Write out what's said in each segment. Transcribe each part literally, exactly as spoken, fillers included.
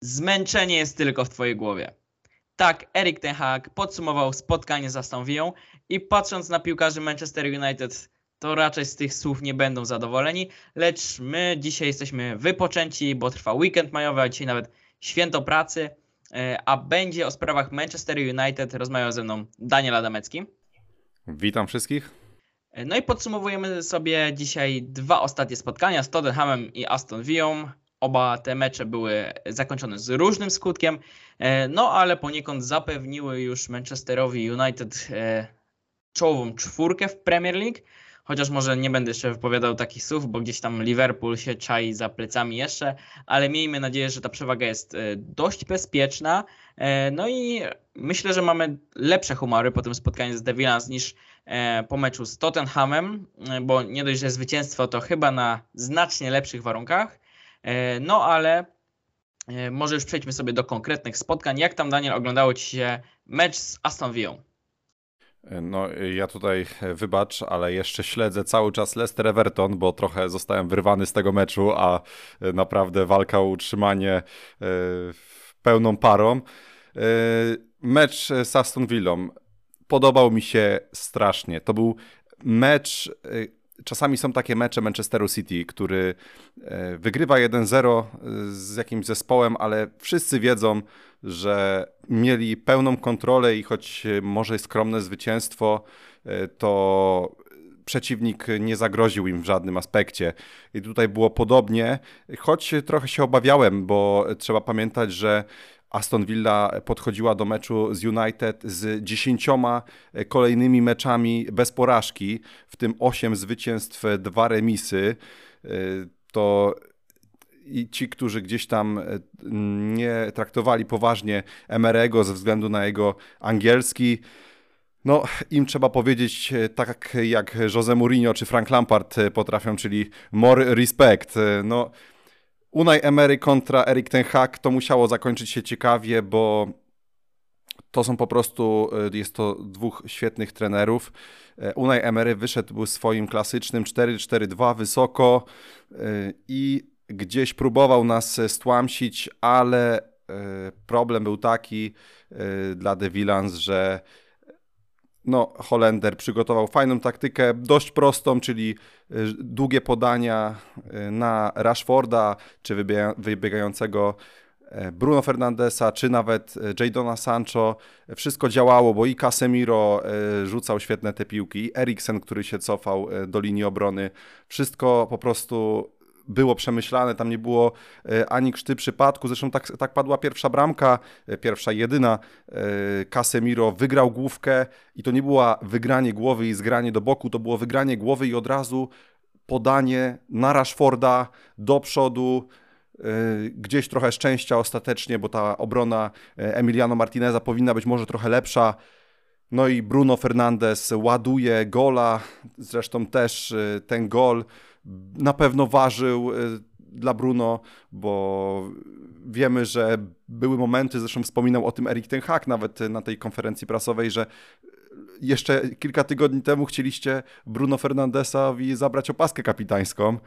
Zmęczenie jest tylko w twojej głowie. Tak, Erik ten Hag podsumował spotkanie z Aston Villą i patrząc na piłkarzy Manchester United, to raczej z tych słów nie będą zadowoleni, lecz my dzisiaj jesteśmy wypoczęci, bo trwa weekend majowy, a dzisiaj nawet święto pracy, a będzie o sprawach Manchester United rozmawiał ze mną Daniel Adamecki. Witam wszystkich. No i podsumowujemy sobie dzisiaj dwa ostatnie spotkania z Tottenhamem i Aston Villą. Oba te mecze były zakończone z różnym skutkiem, no ale poniekąd zapewniły już Manchesterowi United czołową czwórkę w Premier League. Chociaż może nie będę jeszcze wypowiadał takich słów, bo gdzieś tam Liverpool się czai za plecami jeszcze, ale miejmy nadzieję, że ta przewaga jest dość bezpieczna. No i myślę, że mamy lepsze humory po tym spotkaniu z The Villans niż po meczu z Tottenhamem, bo nie dość, że zwycięstwo to chyba na znacznie lepszych warunkach. No ale może już przejdźmy sobie do konkretnych spotkań. Jak tam, Daniel, oglądało Ci się mecz z Aston Villą? No ja tutaj, wybacz, ale jeszcze śledzę cały czas Leicester-Everton, bo trochę zostałem wyrwany z tego meczu, a naprawdę walka o utrzymanie pełną parą. Mecz z Aston Villą podobał mi się strasznie. To był mecz... Czasami są takie mecze Manchesteru City, który wygrywa jeden zero z jakimś zespołem, ale wszyscy wiedzą, że mieli pełną kontrolę i choć może skromne zwycięstwo, to przeciwnik nie zagroził im w żadnym aspekcie. I tutaj było podobnie, choć trochę się obawiałem, bo trzeba pamiętać, że Aston Villa podchodziła do meczu z United z dziesięcioma kolejnymi meczami bez porażki, w tym osiem zwycięstw, dwa remisy. To i ci, którzy gdzieś tam nie traktowali poważnie Emery'ego ze względu na jego angielski, no im trzeba powiedzieć tak jak Jose Mourinho czy Frank Lampard potrafią, czyli more respect. No, Unai Emery kontra Erik ten Hag to musiało zakończyć się ciekawie, bo to są po prostu, jest to dwóch świetnych trenerów. Unai Emery wyszedł swoim klasycznym cztery cztery dwa wysoko i gdzieś próbował nas stłamsić, ale problem był taki dla The Villans, że no, Holender przygotował fajną taktykę, dość prostą, czyli długie podania na Rashforda, czy wybiegającego Bruno Fernandesa, czy nawet Jadona Sancho. Wszystko działało, bo i Casemiro rzucał świetne te piłki, i Eriksen, który się cofał do linii obrony. Wszystko po prostu było przemyślane, tam nie było ani krzty przypadku, zresztą tak, tak padła pierwsza bramka, pierwsza jedyna. Casemiro wygrał główkę i to nie było wygranie głowy i zgranie do boku, to było wygranie głowy i od razu podanie na Rashforda do przodu, gdzieś trochę szczęścia ostatecznie, bo ta obrona Emiliano Martineza powinna być może trochę lepsza. No i Bruno Fernandes ładuje gola, zresztą też ten gol na pewno ważył dla Bruno, bo wiemy, że były momenty, zresztą wspominał o tym Erik ten Hag nawet na tej konferencji prasowej, że jeszcze kilka tygodni temu chcieliście Bruno Fernandesowi zabrać opaskę kapitańską,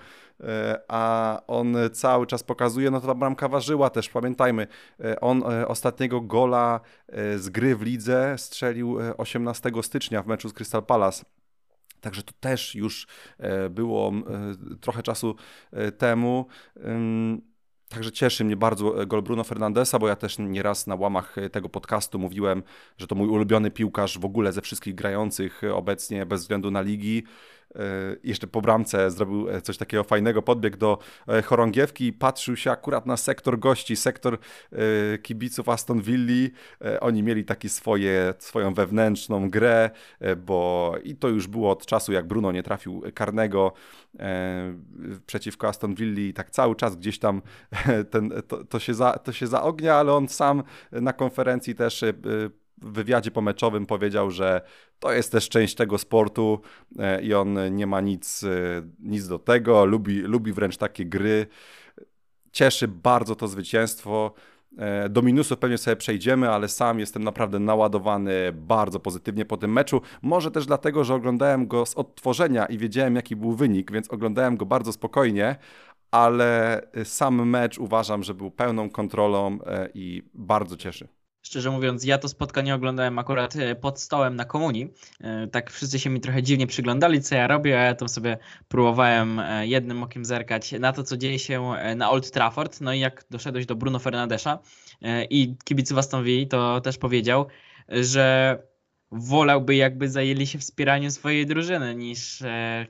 a on cały czas pokazuje, no to ta bramka ważyła też, pamiętajmy, on ostatniego gola z gry w lidze strzelił osiemnastego stycznia w meczu z Crystal Palace. Także to też już było trochę czasu temu. Także cieszy mnie bardzo gol Bruno Fernandesa, bo ja też nieraz na łamach tego podcastu mówiłem, że to mój ulubiony piłkarz w ogóle ze wszystkich grających obecnie bez względu na ligi. Jeszcze po bramce zrobił coś takiego fajnego, podbiegł do chorągiewki i patrzył się akurat na sektor gości, sektor kibiców Aston Villi. Oni mieli taki swoje, swoją wewnętrzną grę, bo i to już było od czasu, jak Bruno nie trafił karnego przeciwko Aston Villi i tak cały czas gdzieś tam ten, to, to, się za, to się zaognia, ale on sam na konferencji też w wywiadzie pomeczowym powiedział, że to jest też część tego sportu i on nie ma nic, nic do tego, lubi, lubi wręcz takie gry. Cieszy bardzo to zwycięstwo. Do minusów pewnie sobie przejdziemy, ale sam jestem naprawdę naładowany bardzo pozytywnie po tym meczu. Może też dlatego, że oglądałem go z odtworzenia i wiedziałem, jaki był wynik, więc oglądałem go bardzo spokojnie, ale sam mecz uważam, że był pełną kontrolą i bardzo cieszy. Szczerze mówiąc, ja to spotkanie oglądałem akurat pod stołem na komunii. Tak wszyscy się mi trochę dziwnie przyglądali, co ja robię, a ja tam sobie próbowałem jednym okiem zerkać na to, co dzieje się na Old Trafford. No i jak doszedłeś do Bruno Fernandesza i kibiców Aston Villa, to też powiedział, że wolałby, jakby zajęli się wspieraniem swojej drużyny niż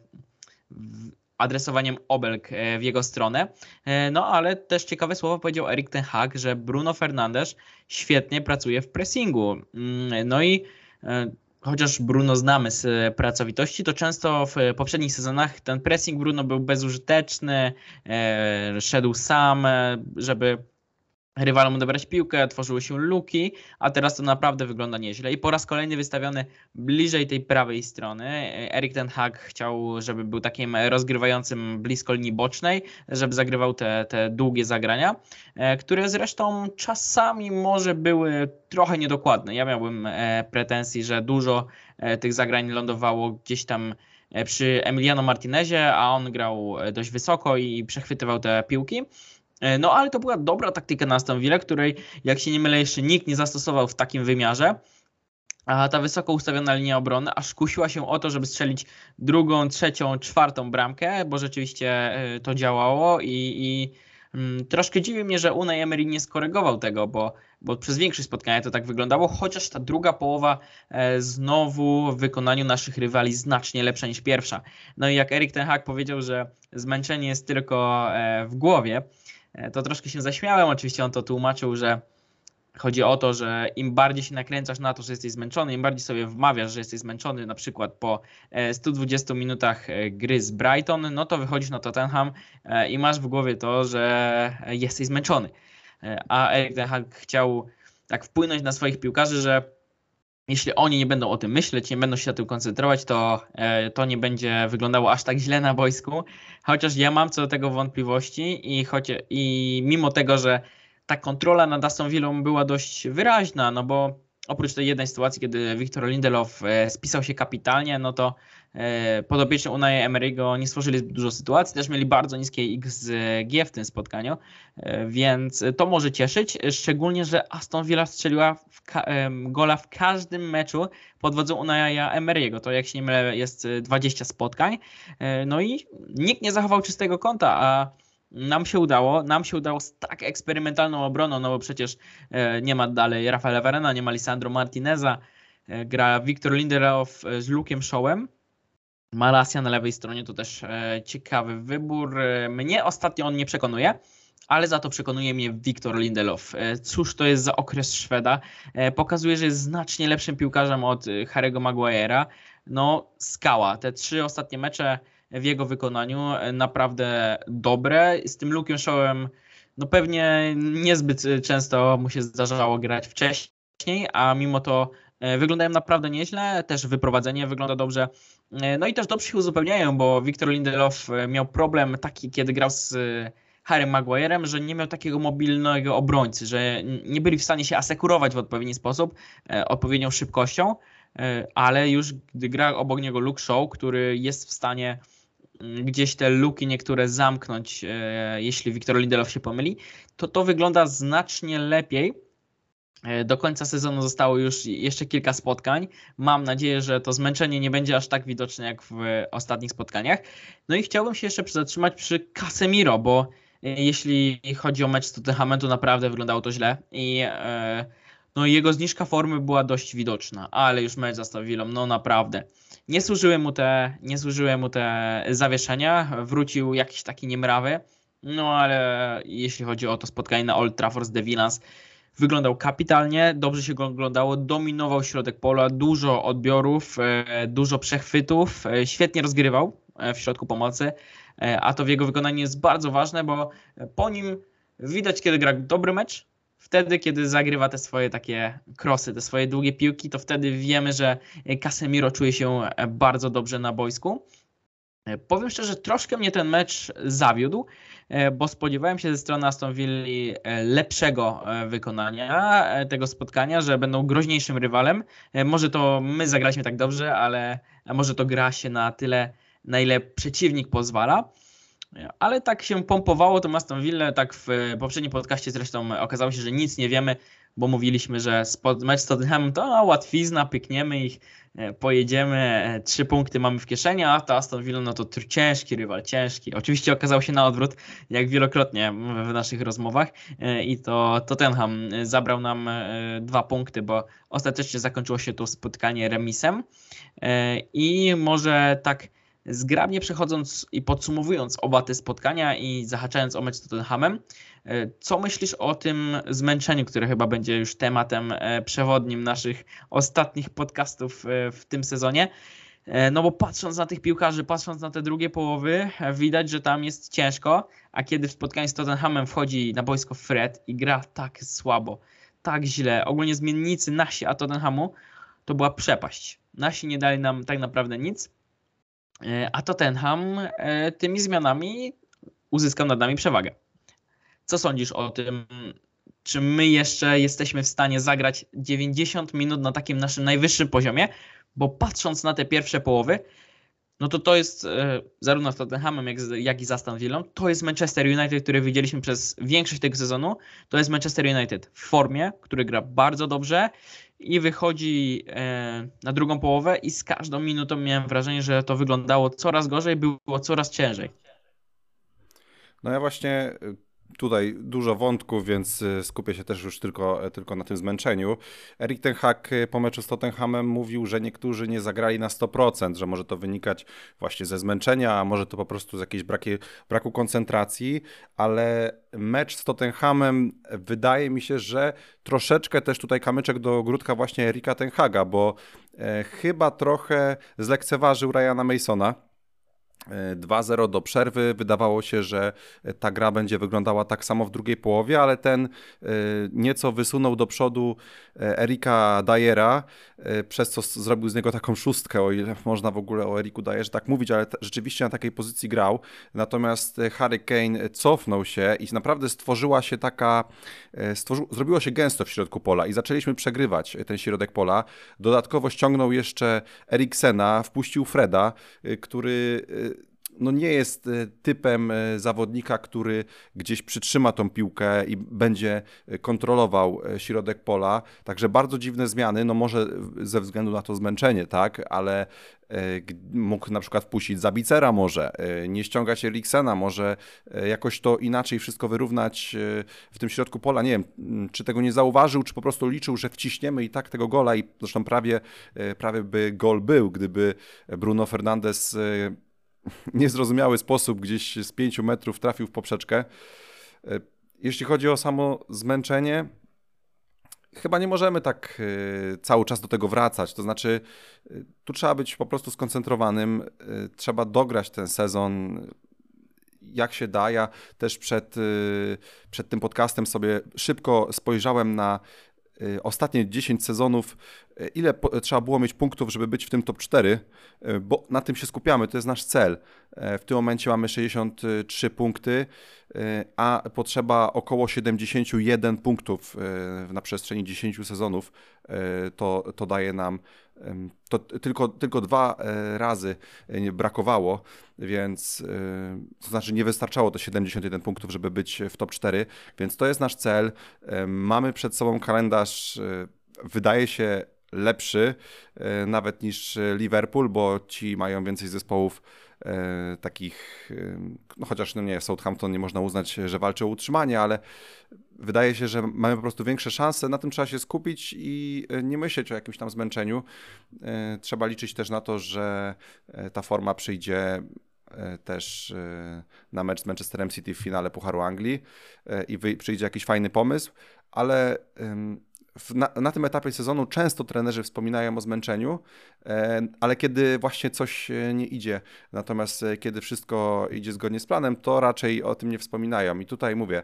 adresowaniem obelg w jego stronę. No ale też ciekawe słowo powiedział Erik ten Hag, że Bruno Fernandes świetnie pracuje w pressingu. No i chociaż Bruno znamy z pracowitości, to często w poprzednich sezonach ten pressing Bruno był bezużyteczny, szedł sam, żeby rywalom odebrać piłkę, tworzyły się luki, a teraz to naprawdę wygląda nieźle. I po raz kolejny wystawiony bliżej tej prawej strony. Erik ten Hag chciał, żeby był takim rozgrywającym blisko linii bocznej, żeby zagrywał te, te długie zagrania, które zresztą czasami może były trochę niedokładne. Ja miałbym pretensji, że dużo tych zagrań lądowało gdzieś tam przy Emiliano Martinezie, a on grał dość wysoko i przechwytywał te piłki. No ale to była dobra taktyka na Aston Villa, której, jak się nie mylę, jeszcze nikt nie zastosował w takim wymiarze. A ta wysoko ustawiona linia obrony aż kusiła się o to, żeby strzelić drugą, trzecią, czwartą bramkę, bo rzeczywiście to działało i, i mm, troszkę dziwi mnie, że Unai Emery nie skorygował tego, bo, bo przez większość spotkania to tak wyglądało, chociaż ta druga połowa e, znowu w wykonaniu naszych rywali znacznie lepsza niż pierwsza. No i jak Erik ten Hag powiedział, że zmęczenie jest tylko e, w głowie, to troszkę się zaśmiałem. Oczywiście on to tłumaczył, że chodzi o to, że im bardziej się nakręcasz na to, że jesteś zmęczony, im bardziej sobie wmawiasz, że jesteś zmęczony, na przykład po stu dwudziestu minutach gry z Brighton, no to wychodzisz na Tottenham i masz w głowie to, że jesteś zmęczony. A Erik ten Hag chciał tak wpłynąć na swoich piłkarzy, że jeśli oni nie będą o tym myśleć, nie będą się na tym koncentrować, to to nie będzie wyglądało aż tak źle na boisku. Chociaż ja mam co do tego wątpliwości i, choć, i mimo tego, że ta kontrola nad Aston Villą była dość wyraźna, no bo oprócz tej jednej sytuacji, kiedy Victor Lindelof spisał się kapitalnie, no to podopieczni Unai Emery'ego nie stworzyli zbyt dużo sytuacji, też mieli bardzo niskie X G w tym spotkaniu, więc to może cieszyć, szczególnie, że Aston Villa strzeliła w gola w każdym meczu pod wodzą Unaia Emery'ego. To jak się nie mylę jest dwadzieścia spotkań, no i nikt nie zachował czystego kąta, a nam się udało, nam się udało z tak eksperymentalną obroną, no bo przecież nie ma dalej Rafaela Varana, nie ma Lisandro Martineza, gra Victor Lindelof z Luke'em Shawem. Malacia na lewej stronie to też e, ciekawy wybór. Mnie ostatnio on nie przekonuje, ale za to przekonuje mnie Victor Lindelof. E, cóż to jest za okres Szweda? E, pokazuje, że jest znacznie lepszym piłkarzem od Harry'ego Maguire'a. No skała. Te trzy ostatnie mecze w jego wykonaniu e, naprawdę dobre. Z tym Luke'em Shawem no pewnie niezbyt często mu się zdarzało grać wcześniej, a mimo to wyglądają naprawdę nieźle, też wyprowadzenie wygląda dobrze. No i też dobrze się uzupełniają, bo Victor Lindelof miał problem taki, kiedy grał z Harrym Maguire'em, że nie miał takiego mobilnego obrońcy, że nie byli w stanie się asekurować w odpowiedni sposób, odpowiednią szybkością, ale już gdy gra obok niego Luke Shaw, który jest w stanie gdzieś te luki niektóre zamknąć, jeśli Victor Lindelof się pomyli, to to wygląda znacznie lepiej. Do końca sezonu zostało już jeszcze kilka spotkań. Mam nadzieję, że to zmęczenie nie będzie aż tak widoczne jak w ostatnich spotkaniach. No i chciałbym się jeszcze zatrzymać przy Casemiro, bo jeśli chodzi o mecz z Tottenhamem, to naprawdę wyglądało to źle i no, jego zniżka formy była dość widoczna, ale już mecz z Aston Villą, no naprawdę. Nie służyły mu te, nie służyły mu te zawieszenia, wrócił jakiś taki niemrawy, no ale jeśli chodzi o to spotkanie na Old Trafford z The Villans, wyglądał kapitalnie, dobrze się go oglądało, dominował środek pola, dużo odbiorów, dużo przechwytów, świetnie rozgrywał w środku pomocy, a to w jego wykonaniu jest bardzo ważne, bo po nim widać, kiedy gra dobry mecz, wtedy, kiedy zagrywa te swoje takie krosy, te swoje długie piłki, to wtedy wiemy, że Casemiro czuje się bardzo dobrze na boisku. Powiem szczerze, troszkę mnie ten mecz zawiódł, bo spodziewałem się ze strony Aston Villa lepszego wykonania tego spotkania, że będą groźniejszym rywalem. Może to my zagraliśmy tak dobrze, ale może to gra się na tyle, na ile przeciwnik pozwala. Ale tak się pompowało to Aston Villa, tak w poprzednim podcaście zresztą okazało się, że nic nie wiemy, bo mówiliśmy, że spod, mecz z Tottenhamem to no, łatwizna, pykniemy ich, e, pojedziemy, e, trzy punkty mamy w kieszeni, a to Aston Villa no to tr- ciężki rywal, ciężki. Oczywiście okazało się na odwrót, jak wielokrotnie w naszych rozmowach e, i to Tottenham zabrał nam e, dwa punkty, bo ostatecznie zakończyło się to spotkanie remisem e, i może tak zgrabnie przechodząc i podsumowując oba te spotkania i zahaczając o mecz z Tottenhamem, co myślisz o tym zmęczeniu, które chyba będzie już tematem przewodnim naszych ostatnich podcastów w tym sezonie? No bo patrząc na tych piłkarzy, patrząc na te drugie połowy, widać, że tam jest ciężko, a kiedy w spotkaniu z Tottenhamem wchodzi na boisko Fred i gra tak słabo, tak źle, ogólnie zmiennicy nasi a Tottenhamu, to była przepaść. Nasi nie dali nam tak naprawdę nic, a Tottenham tymi zmianami uzyskał nad nami przewagę. Co sądzisz o tym? Czy my jeszcze jesteśmy w stanie zagrać dziewięćdziesiąt minut na takim naszym najwyższym poziomie? Bo patrząc na te pierwsze połowy, no to to jest zarówno z Tottenhamem, jak, jak i z Aston Villą, to jest Manchester United, który widzieliśmy przez większość tego sezonu. To jest Manchester United w formie, który gra bardzo dobrze i wychodzi na drugą połowę i z każdą minutą miałem wrażenie, że to wyglądało coraz gorzej, było coraz ciężej. No ja właśnie tutaj dużo wątków, więc skupię się też już tylko, tylko na tym zmęczeniu. Erik ten Hag po meczu z Tottenhamem mówił, że niektórzy nie zagrali na sto procent, że może to wynikać właśnie ze zmęczenia, a może to po prostu z jakiejś braki, braku koncentracji, ale mecz z Tottenhamem wydaje mi się, że troszeczkę też tutaj kamyczek do ogródka właśnie Erika ten Haga, bo e, chyba trochę zlekceważył Ryana Masona. dwa zero do przerwy. Wydawało się, że ta gra będzie wyglądała tak samo w drugiej połowie, ale ten nieco wysunął do przodu Erika Dyera, przez co zrobił z niego taką szóstkę, o ile można w ogóle o Eriku Dyerze tak mówić, ale rzeczywiście na takiej pozycji grał. Natomiast Harry Kane cofnął się i naprawdę stworzyła się taka, stworzy... zrobiło się gęsto w środku pola i zaczęliśmy przegrywać ten środek pola. Dodatkowo ściągnął jeszcze Eriksena, wpuścił Freda, który no nie jest typem zawodnika, który gdzieś przytrzyma tą piłkę i będzie kontrolował środek pola. Także bardzo dziwne zmiany, no może ze względu na to zmęczenie, tak, ale mógł na przykład wpuścić Zabicera może, nie ściągać Eriksena, może jakoś to inaczej wszystko wyrównać w tym środku pola. Nie wiem, czy tego nie zauważył, czy po prostu liczył, że wciśniemy i tak tego gola i zresztą prawie, prawie by gol był, gdyby Bruno Fernandes niezrozumiały sposób gdzieś z pięciu metrów trafił w poprzeczkę. Jeśli chodzi o samo zmęczenie, chyba nie możemy tak cały czas do tego wracać. To znaczy, tu trzeba być po prostu skoncentrowanym, trzeba dograć ten sezon jak się da. Ja też przed, przed tym podcastem sobie szybko spojrzałem na ostatnie dziesięć sezonów, ile po, trzeba było mieć punktów, żeby być w tym top cztery, bo na tym się skupiamy, to jest nasz cel. W tym momencie mamy sześćdziesiąt trzy punkty, a potrzeba około siedemdziesiąt jeden punktów na przestrzeni dziesięciu sezonów. To, to daje nam, to tylko, tylko dwa razy brakowało, więc to znaczy nie wystarczało to siedemdziesiąt jeden punktów, żeby być w top cztery, więc to jest nasz cel. Mamy przed sobą kalendarz, wydaje się, lepszy nawet niż Liverpool, bo ci mają więcej zespołów e, takich, no chociaż no nie, Southampton nie można uznać, że walczy o utrzymanie, ale wydaje się, że mamy po prostu większe szanse, na tym trzeba się skupić i nie myśleć o jakimś tam zmęczeniu. E, trzeba liczyć też na to, że ta forma przyjdzie też na mecz z Manchesterem City w finale Pucharu Anglii i przyjdzie jakiś fajny pomysł, ale Na, na tym etapie sezonu często trenerzy wspominają o zmęczeniu, ale kiedy właśnie coś nie idzie, natomiast kiedy wszystko idzie zgodnie z planem, to raczej o tym nie wspominają. I tutaj mówię,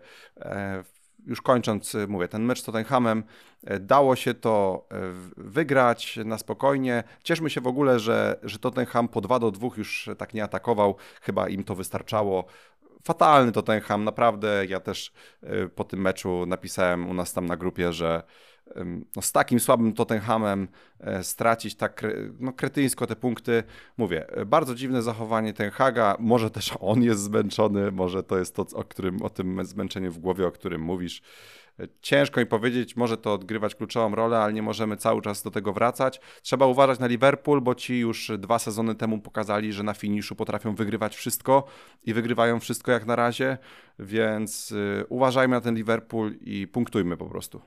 już kończąc, mówię, ten mecz z Tottenhamem dało się to wygrać na spokojnie. Cieszmy się w ogóle, że, że Tottenham po dwa do dwóch już tak nie atakował, chyba im to wystarczało. Fatalny Tottenham, naprawdę. Ja też po tym meczu napisałem u nas tam na grupie, że no, z takim słabym Tottenhamem stracić tak no, kretyńsko te punkty. Mówię, bardzo dziwne zachowanie Ten Haga, może też on jest zmęczony, może to jest to, o, którym, o tym zmęczeniu w głowie, o którym mówisz. Ciężko mi powiedzieć, może to odgrywać kluczową rolę, ale nie możemy cały czas do tego wracać. Trzeba uważać na Liverpool, bo ci już dwa sezony temu pokazali, że na finiszu potrafią wygrywać wszystko i wygrywają wszystko jak na razie, więc y, uważajmy na ten Liverpool i punktujmy po prostu.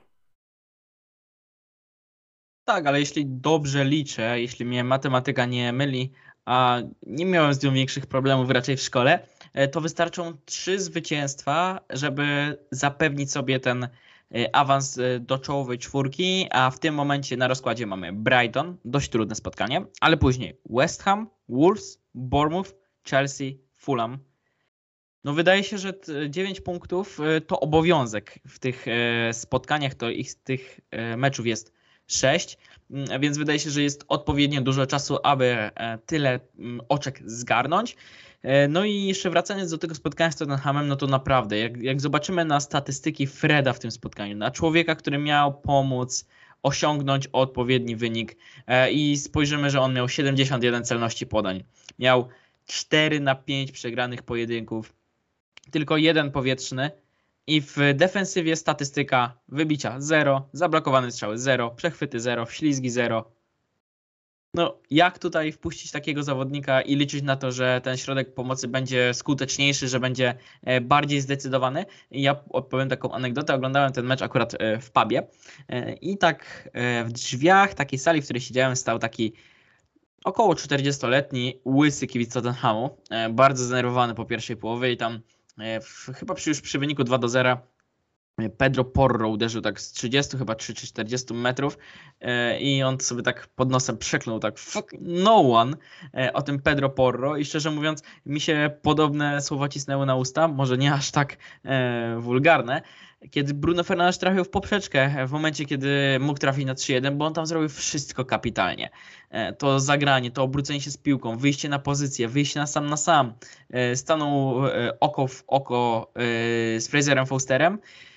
Tak, ale jeśli dobrze liczę, jeśli mnie matematyka nie myli, a nie miałem z nią większych problemów raczej w szkole, to wystarczą trzy zwycięstwa, żeby zapewnić sobie ten awans do czołowej czwórki, a w tym momencie na rozkładzie mamy Brighton, dość trudne spotkanie, ale później West Ham, Wolves, Bournemouth, Chelsea, Fulham. No wydaje się, że dziewięć punktów to obowiązek w tych spotkaniach, to ich z tych meczów jest sześć, więc wydaje się, że jest odpowiednio dużo czasu, aby tyle oczek zgarnąć. No i jeszcze wracając do tego spotkania z Tottenhamem, no to naprawdę, jak, jak zobaczymy na statystyki Freda w tym spotkaniu, na człowieka, który miał pomóc osiągnąć odpowiedni wynik i spojrzymy, że on miał siedemdziesiąt jeden celności podań, miał cztery na pięć przegranych pojedynków, tylko jeden powietrzny, i w defensywie statystyka wybicia zero, zablokowane strzały zero, przechwyty zero, ślizgi zero. No jak tutaj wpuścić takiego zawodnika i liczyć na to, że ten środek pomocy będzie skuteczniejszy, że będzie bardziej zdecydowany? Ja opowiem taką anegdotę. Oglądałem ten mecz akurat w pubie i tak w drzwiach takiej sali, w której siedziałem, stał taki około czterdziestoletni łysy kibic Tottenhamu, bardzo zdenerwowany po pierwszej połowie i tam W, chyba przy, już przy wyniku dwa do zera Pedro Porro uderzył tak z trzydziestu chyba trzy czy czterdziestu metrów e, i on sobie tak pod nosem przeklął tak fuck no one e, o tym Pedro Porro i szczerze mówiąc mi się podobne słowa cisnęły na usta, może nie aż tak e, wulgarne, kiedy Bruno Fernandes trafił w poprzeczkę w momencie, kiedy mógł trafić na trzy jeden, bo on tam zrobił wszystko kapitalnie. To zagranie, to obrócenie się z piłką, wyjście na pozycję, wyjście na sam na sam, stanął oko w oko z Fraserem Fosterem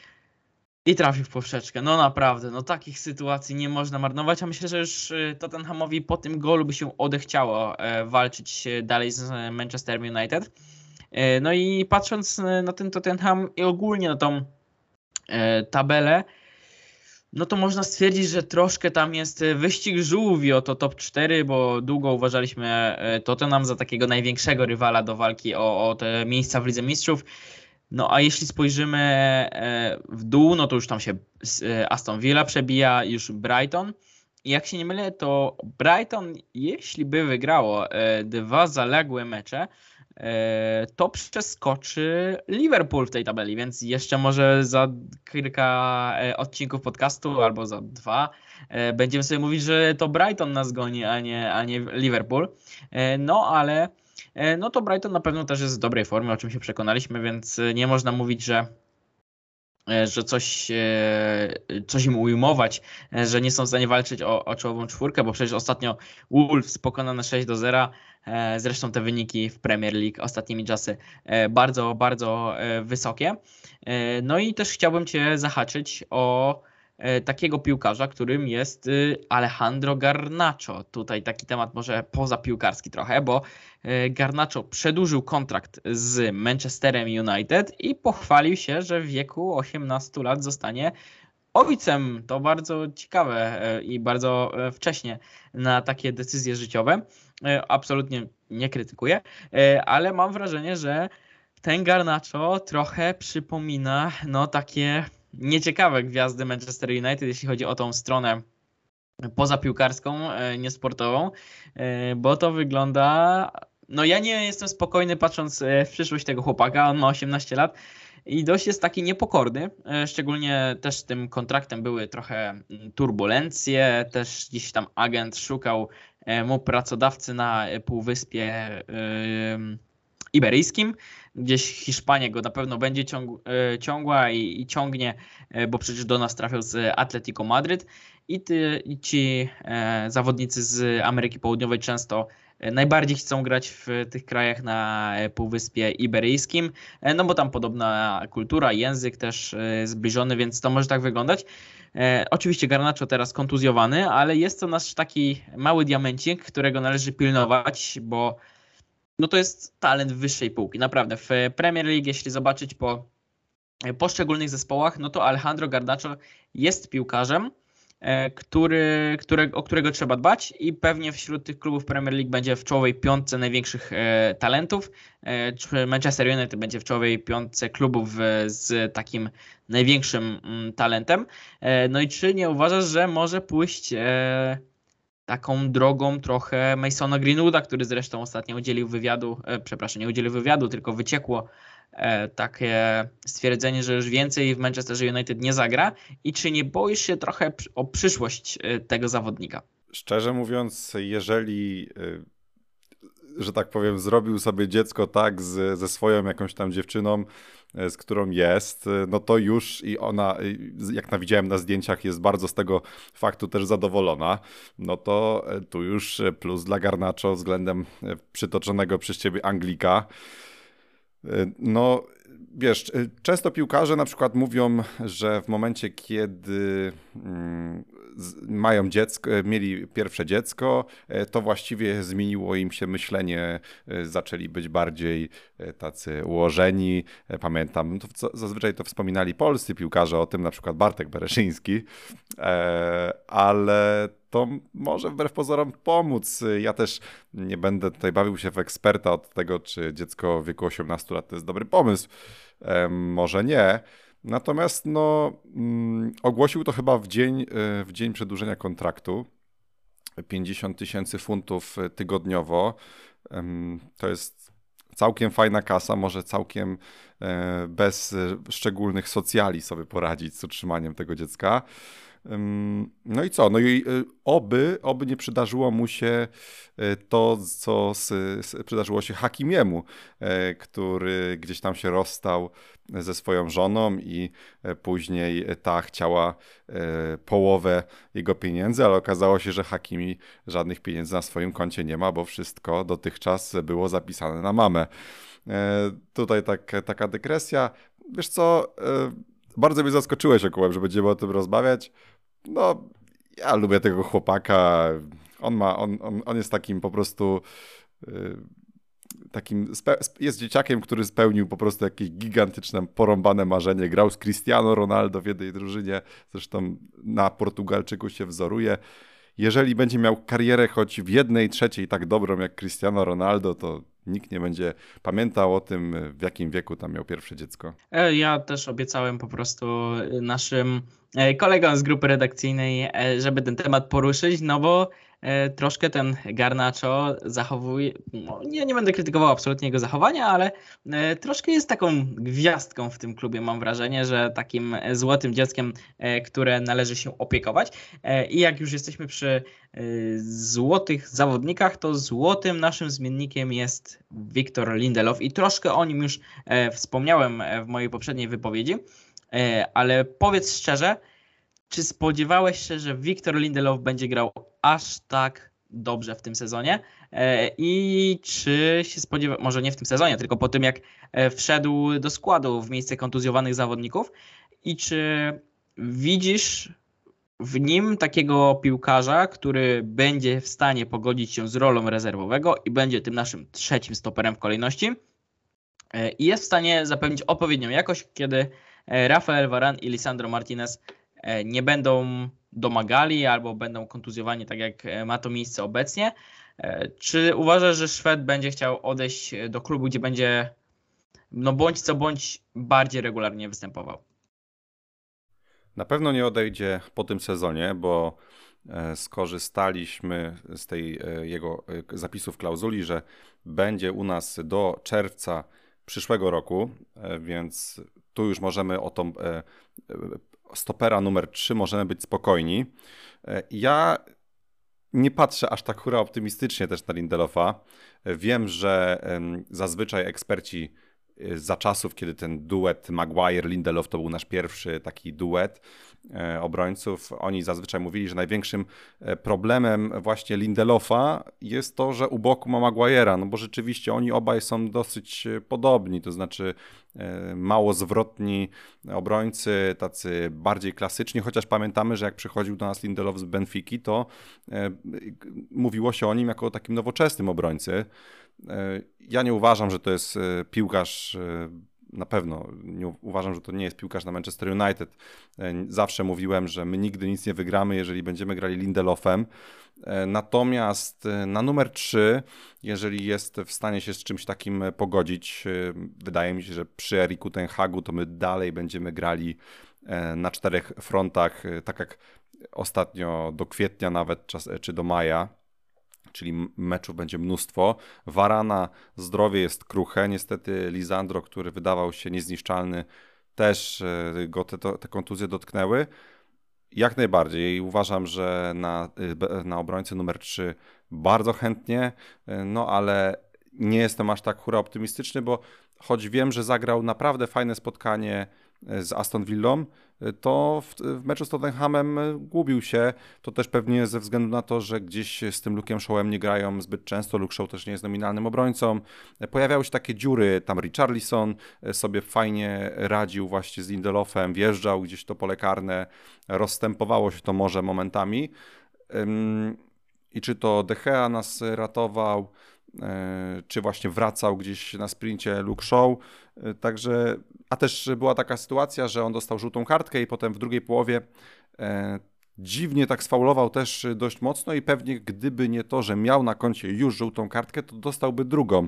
i trafił w poprzeczkę. No naprawdę, no takich sytuacji nie można marnować, a myślę, że już Tottenhamowi po tym golu by się odechciało walczyć dalej z Manchester United. No i patrząc na ten Tottenham i ogólnie na tą tabelę, no to można stwierdzić, że troszkę tam jest wyścig żółwi o to top cztery, bo długo uważaliśmy Tottenham za takiego największego rywala do walki o, o te miejsca w Lidze Mistrzów. No a jeśli spojrzymy w dół, no to już tam się Aston Villa przebija, już Brighton. I jak się nie mylę, to Brighton, jeśli by wygrało dwa zaległe mecze, to przeskoczy Liverpool w tej tabeli, więc jeszcze może za kilka odcinków podcastu albo za dwa będziemy sobie mówić, że to Brighton nas goni, a nie, a nie Liverpool. No ale no to Brighton na pewno też jest w dobrej formie, o czym się przekonaliśmy, więc nie można mówić, że że coś, coś im ujmować, że nie są w stanie walczyć o, o czołową czwórkę, bo przecież ostatnio Wolves pokonane sześć do zera, zresztą te wyniki w Premier League ostatnimi czasy bardzo, bardzo wysokie. No i też chciałbym Cię zahaczyć o takiego piłkarza, którym jest Alejandro Garnacho. Tutaj taki temat może pozapiłkarski trochę, bo Garnacho przedłużył kontrakt z Manchesterem United i pochwalił się, że w wieku osiemnastu lat zostanie ojcem. To bardzo ciekawe i bardzo wcześnie na takie decyzje życiowe. Absolutnie nie krytykuję, ale mam wrażenie, że ten Garnacho trochę przypomina no takie nieciekawe gwiazdy Manchester United, jeśli chodzi o tą stronę pozapiłkarską, niesportową, bo to wygląda... No ja nie jestem spokojny patrząc w przyszłość tego chłopaka, on ma osiemnaście lat i dość jest taki niepokorny, szczególnie też tym kontraktem były trochę turbulencje, też gdzieś tam agent szukał mu pracodawcy na Półwyspie Iberyjskim, gdzieś Hiszpania go na pewno będzie ciąg, ciągła i, i ciągnie, bo przecież do nas trafiał z Atletico Madryt i, ty, i ci e, zawodnicy z Ameryki Południowej często najbardziej chcą grać w tych krajach na Półwyspie Iberyjskim, no bo tam podobna kultura, język też zbliżony, więc to może tak wyglądać. Oczywiście Garnacho teraz kontuzjowany, ale jest to nasz taki mały diamencik, którego należy pilnować, bo no to jest talent wyższej półki. Naprawdę w Premier League, jeśli zobaczyć po poszczególnych zespołach, no to Alejandro Garnacho jest piłkarzem, który, które, o którego trzeba dbać i pewnie wśród tych klubów Premier League będzie w czołowej piątce największych e, talentów. E, Manchester United będzie w czołowej piątce klubów e, z takim największym m, talentem. E, no i czy nie uważasz, że może pójść e, taką drogą trochę Masona Greenwooda, który zresztą ostatnio udzielił wywiadu, e, przepraszam, nie udzielił wywiadu, tylko wyciekło e, takie stwierdzenie, że już więcej w Manchesterze United nie zagra i czy nie boisz się trochę przy- o przyszłość e, tego zawodnika? Szczerze mówiąc, jeżeli, y, że tak powiem, zrobił sobie dziecko tak z, ze swoją jakąś tam dziewczyną, y, z którą jest, y, no to już i ona, y, jak na widziałem na zdjęciach, jest bardzo z tego faktu też zadowolona, no to y, tu już y, plus dla Garnacho względem y, przytoczonego przez ciebie Anglika. Y, No, wiesz, y, często piłkarze na przykład mówią, że w momencie, kiedy mm, z- mają dziecko, y, mieli pierwsze dziecko, y, to właściwie zmieniło im się myślenie, y, zaczęli być bardziej y, tacy ułożeni. Y, Pamiętam, to co- zazwyczaj to wspominali polscy piłkarze o tym, na przykład Bartek Bereszyński, e, ale to może wbrew pozorom pomóc. Ja też nie będę tutaj bawił się w eksperta od tego, czy dziecko w wieku osiemnastu lat to jest dobry pomysł. Em, może nie. Natomiast no, mm, ogłosił to chyba w dzień, y, w dzień przedłużenia kontraktu. pięćdziesiąt tysięcy funtów y, tygodniowo. Em, To jest całkiem fajna kasa, może całkiem e, bez e, szczególnych socjali sobie poradzić z utrzymaniem tego dziecka. Ym, No i co? No i y, oby, oby nie przydarzyło mu się y, to, co s, s, przydarzyło się Hakimiemu, e, który gdzieś tam się rozstał ze swoją żoną i e, później ta chciała e, połowę jego pieniędzy, ale okazało się, że Hakimi żadnych pieniędzy na swoim koncie nie ma, bo wszystko dotychczas było zapisane na mamę. E, Tutaj tak, taka dygresja. Wiesz co? E, Bardzo mnie zaskoczyłeś, Okułem, że będziemy o tym rozmawiać. No, ja lubię tego chłopaka. On ma, on, on, on jest takim po prostu y, takim, spe, jest dzieciakiem, który spełnił po prostu jakieś gigantyczne, porąbane marzenie. Grał z Cristiano Ronaldo w jednej drużynie, zresztą na Portugalczyku się wzoruje. Jeżeli będzie miał karierę choć w jednej trzeciej tak dobrą jak Cristiano Ronaldo, to nikt nie będzie pamiętał o tym, w jakim wieku tam miał pierwsze dziecko. E, Ja też obiecałem po prostu naszym e, kolegom z grupy redakcyjnej, e, żeby ten temat poruszyć, no bo e, troszkę ten Garnacho zachowuje, no, nie, nie będę krytykował absolutnie jego zachowania, ale e, troszkę jest taką gwiazdką w tym klubie, mam wrażenie, że takim e, złotym dzieckiem, e, które należy się opiekować. E, I jak już jesteśmy przy e, złotych zawodnikach, to złotym naszym zmiennikiem jest Victor Lindelof i troszkę o nim już e, wspomniałem e, w mojej poprzedniej wypowiedzi, e, ale powiedz szczerze, czy spodziewałeś się, że Victor Lindelof będzie grał aż tak dobrze w tym sezonie? E, I czy się spodziewa, może nie w tym sezonie, tylko po tym jak e, wszedł do składu w miejsce kontuzjowanych zawodników i czy widzisz w nim takiego piłkarza, który będzie w stanie pogodzić się z rolą rezerwowego i będzie tym naszym trzecim stoperem w kolejności e, i jest w stanie zapewnić odpowiednią jakość, kiedy e, Rafael Varane i Lisandro Martinez e, nie będą domagali albo będą kontuzjowani, tak jak e, ma to miejsce obecnie. E, Czy uważasz, że Szwed będzie chciał odejść do klubu, gdzie będzie no bądź co bądź bardziej regularnie występował? Na pewno nie odejdzie po tym sezonie, bo e, skorzystaliśmy z tej e, jego e, zapisów klauzuli, że będzie u nas do czerwca przyszłego roku, e, więc tu już możemy o tą e, e, stopera numer trzy możemy być spokojni. E, Ja nie patrzę aż tak hura optymistycznie też na Lindelofa. Wiem, że em, zazwyczaj eksperci za czasów, kiedy ten duet Maguire-Lindelof to był nasz pierwszy taki duet obrońców. Oni zazwyczaj mówili, że największym problemem właśnie Lindelofa jest to, że u boku ma Maguire'a, no bo rzeczywiście oni obaj są dosyć podobni, to znaczy mało zwrotni obrońcy, tacy bardziej klasyczni, chociaż pamiętamy, że jak przychodził do nas Lindelof z Benfiki, to mówiło się o nim jako o takim nowoczesnym obrońcy. Ja nie uważam, że to jest piłkarz, na pewno nie uważam, że to nie jest piłkarz na Manchester United. Zawsze mówiłem, że my nigdy nic nie wygramy, jeżeli będziemy grali Lindelofem. Natomiast na numer trzy, jeżeli jest w stanie się z czymś takim pogodzić, wydaje mi się, że przy Eriku Ten Hagu to my dalej będziemy grali na czterech frontach, tak jak ostatnio do kwietnia nawet, czy do maja. Czyli meczów będzie mnóstwo. Varana zdrowie jest kruche. Niestety Lisandro, który wydawał się niezniszczalny, też go te, te kontuzje dotknęły. Jak najbardziej. Uważam, że na, na obrońcę numer trzy bardzo chętnie, no ale nie jestem aż tak hura optymistyczny, bo choć wiem, że zagrał naprawdę fajne spotkanie z Aston Villą, to w, w meczu z Tottenhamem gubił się. To też pewnie ze względu na to, że gdzieś z tym Luke'em Shawem nie grają zbyt często. Luke Shaw też nie jest nominalnym obrońcą. Pojawiały się takie dziury, tam Richarlison sobie fajnie radził właśnie z Lindelofem, wjeżdżał gdzieś to pole karne, rozstępowało się to może momentami. I czy to De Gea nas ratował, czy właśnie wracał gdzieś na sprincie Luke Shaw. Także, a też była taka sytuacja, że on dostał żółtą kartkę i potem w drugiej połowie e, dziwnie tak sfaulował też dość mocno i pewnie gdyby nie to, że miał na koncie już żółtą kartkę, to dostałby drugą.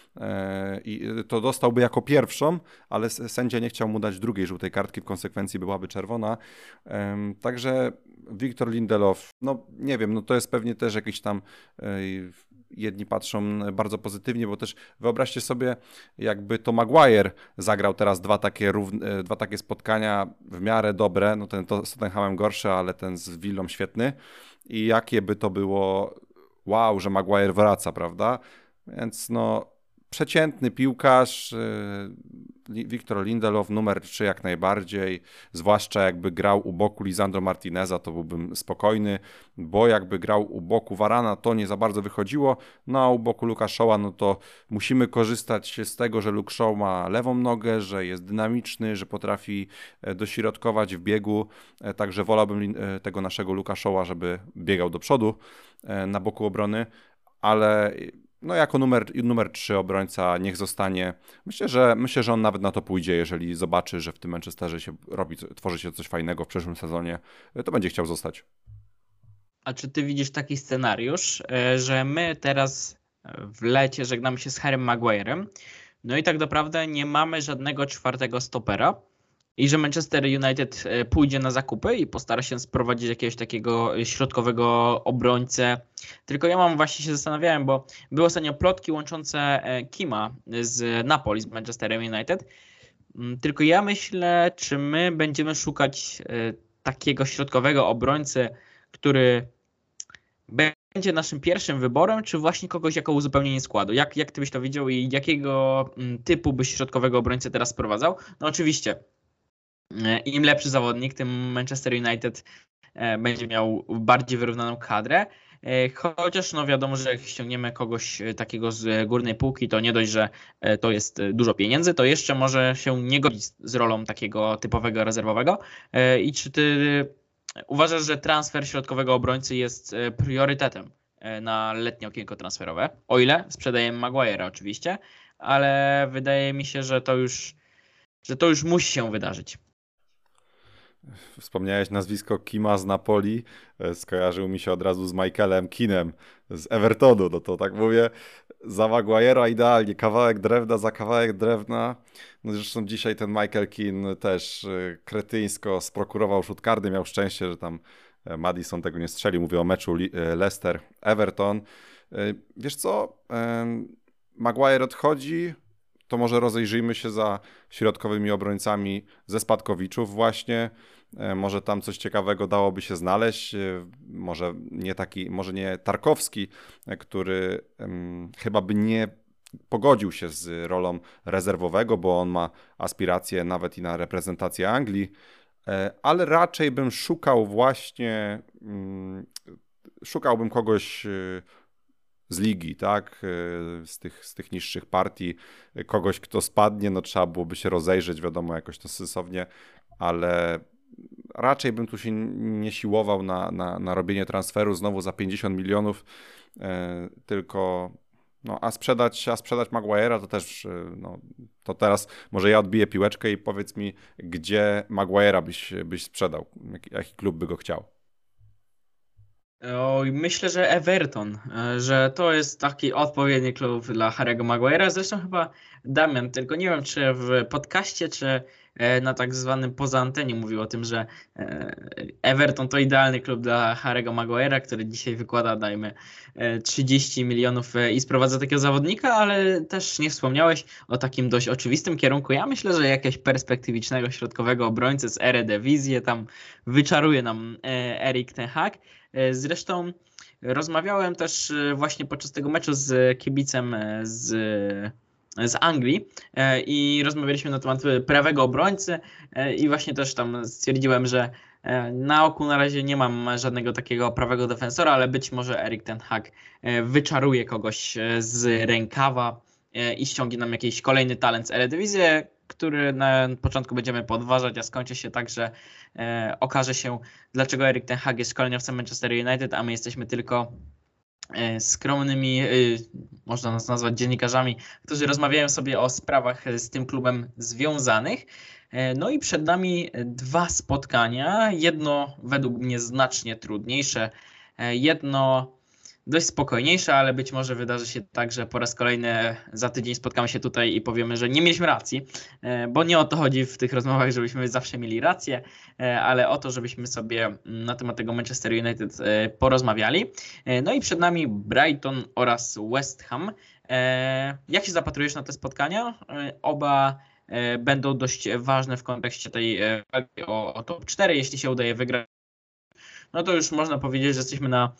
E, I to dostałby jako pierwszą, ale sędzia nie chciał mu dać drugiej żółtej kartki, w konsekwencji byłaby czerwona. E, także Victor Lindelof, no nie wiem, no to jest pewnie też jakiś tam... E, Jedni patrzą bardzo pozytywnie, bo też wyobraźcie sobie, jakby to Maguire zagrał teraz dwa takie, równe, dwa takie spotkania w miarę dobre, no ten to z Tottenhamem gorszy, ale ten z Villą świetny i jakie by to było, wow, że Maguire wraca, prawda? Więc no przeciętny piłkarz, Victor Lindelof numer trzy jak najbardziej, zwłaszcza jakby grał u boku Lisandro Martineza, to byłbym spokojny, bo jakby grał u boku Varana, to nie za bardzo wychodziło, no a u boku Luke'a Shawa, no to musimy korzystać z tego, że Luke Shaw ma lewą nogę, że jest dynamiczny, że potrafi dośrodkować w biegu, także wolałbym tego naszego Luke'a Shawa, żeby biegał do przodu na boku obrony, ale no jako numer, numer trzy obrońca niech zostanie. Myślę, że myślę, że on nawet na to pójdzie, jeżeli zobaczy, że w tym Manchesterze się robi, tworzy się coś fajnego w przyszłym sezonie, to będzie chciał zostać. A czy ty widzisz taki scenariusz, że my teraz w lecie żegnamy się z Harrym Maguire'em, no i tak naprawdę nie mamy żadnego czwartego stopera i że Manchester United pójdzie na zakupy i postara się sprowadzić jakiegoś takiego środkowego obrońcę. Tylko ja mam właśnie się zastanawiałem, bo były ostatnio plotki łączące Kima z Napoli, z Manchesterem United. Tylko ja myślę, czy my będziemy szukać takiego środkowego obrońcy, który będzie naszym pierwszim wyborem, czy właśnie kogoś jako uzupełnienie składu? Jak, jak ty byś to widział i jakiego typu byś środkowego obrońcę teraz sprowadzał? No oczywiście, im lepszy zawodnik, tym Manchester United będzie miał bardziej wyrównaną kadrę. Chociaż no wiadomo, że jak ściągniemy kogoś takiego z górnej półki, to nie dość, że to jest dużo pieniędzy, to jeszcze może się nie godzić z rolą takiego typowego rezerwowego. I czy ty uważasz, że transfer środkowego obrońcy jest priorytetem na letnie okienko transferowe? O ile sprzedajemy Maguire'a oczywiście, ale wydaje mi się, że to już, że to już musi się wydarzyć. Wspomniałeś nazwisko Kima z Napoli, skojarzył mi się od razu z Michaelem Keanem z Evertonu, no to tak mówię, za Maguire'a idealnie, kawałek drewna za kawałek drewna. No zresztą dzisiaj ten Michael Keane też kretyńsko sprokurował rzut karny, miał szczęście, że tam Maddison tego nie strzelił, mówię o meczu Leicester-Everton. Wiesz co, Maguire odchodzi, to może rozejrzyjmy się za środkowymi obrońcami ze spadkowiczów właśnie. Może tam coś ciekawego dałoby się znaleźć. Może nie taki, może nie Tarkowski, który um, chyba by nie pogodził się z rolą rezerwowego, bo on ma aspiracje nawet i na reprezentację Anglii, ale raczej bym szukał właśnie, szukałbym kogoś z ligi, tak, z tych, z tych niższych partii, kogoś, kto spadnie, no trzeba byłoby się rozejrzeć, wiadomo, jakoś to sensownie, ale raczej bym tu się nie siłował na, na, na robienie transferu znowu za pięćdziesiąt milionów, tylko no, a sprzedać, a sprzedać Maguire'a to też, no, to teraz może ja odbiję piłeczkę i powiedz mi, gdzie Maguire'a byś, byś sprzedał, jaki, jaki klub by go chciał? Oj, myślę, że Everton, e, że to jest taki odpowiedni klub dla Harry'ego Maguire'a. Zresztą chyba Damian, tylko nie wiem, czy w podcaście, czy e, na tak zwanym poza antenie mówił o tym, że e, Everton to idealny klub dla Harry'ego Maguire'a, który dzisiaj wykłada, dajmy, e, trzydzieści milionów e, i sprowadza takiego zawodnika, ale też nie wspomniałeś o takim dość oczywistym kierunku. Ja myślę, że jakiegoś perspektywicznego środkowego obrońcę z Eredivisie tam wyczaruje nam e, Erik ten Hag. Zresztą rozmawiałem też właśnie podczas tego meczu z kibicem z, z Anglii i rozmawialiśmy na temat prawego obrońcy i właśnie też tam stwierdziłem, że na oku na razie nie mam żadnego takiego prawego defensora, ale być może Erik ten Hag wyczaruje kogoś z rękawa i ściągnie nam jakiś kolejny talent z Eredivisie, który na początku będziemy podważać, a skończy się tak, że e, okaże się, dlaczego Erik ten Hag jest szkoleniowcem Manchester United, a my jesteśmy tylko e, skromnymi, e, można nas nazwać dziennikarzami, którzy rozmawiają sobie o sprawach z tym klubem związanych. E, no i przed nami dwa spotkania, jedno według mnie znacznie trudniejsze, e, jedno dość spokojniejsze, ale być może wydarzy się tak, że po raz kolejny za tydzień spotkamy się tutaj i powiemy, że nie mieliśmy racji, bo nie o to chodzi w tych rozmowach, żebyśmy zawsze mieli rację, ale o to, żebyśmy sobie na temat tego Manchester United porozmawiali. No i przed nami Brighton oraz West Ham. Jak się zapatrujesz na te spotkania? Oba będą dość ważne w kontekście tej o, o top cztery. Jeśli się udaje wygrać, no to już można powiedzieć, że jesteśmy na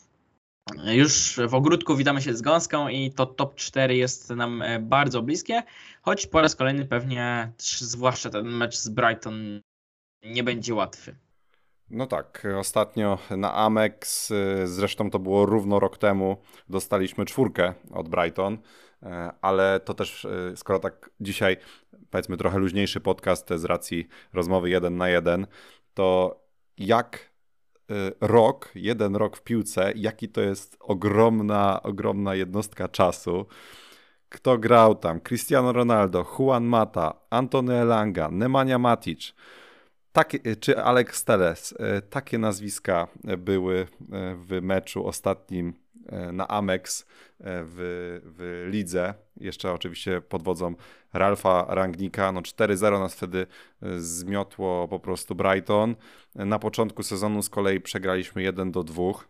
Już w ogródku witamy się z gąską i to top cztery jest nam bardzo bliskie, choć po raz kolejny pewnie, zwłaszcza ten mecz z Brighton, nie będzie łatwy. No tak, ostatnio na Amex, zresztą to było równo rok temu, dostaliśmy czwórkę od Brighton, ale to też, skoro tak dzisiaj, powiedzmy trochę luźniejszy podcast z racji rozmowy jeden na jeden, to jak rok, jeden rok w piłce, jaki to jest ogromna, ogromna jednostka czasu. Kto grał tam? Cristiano Ronaldo, Juan Mata, Antony Elanga, Nemanja Matic, takie, czy Alex Telles. Takie nazwiska były w meczu ostatnim na Amex w, w lidze. Jeszcze oczywiście pod wodzą Ralfa Rangnicka. No cztery zero nas wtedy zmiotło po prostu Brighton. Na początku sezonu z kolei przegraliśmy jeden do dwóch.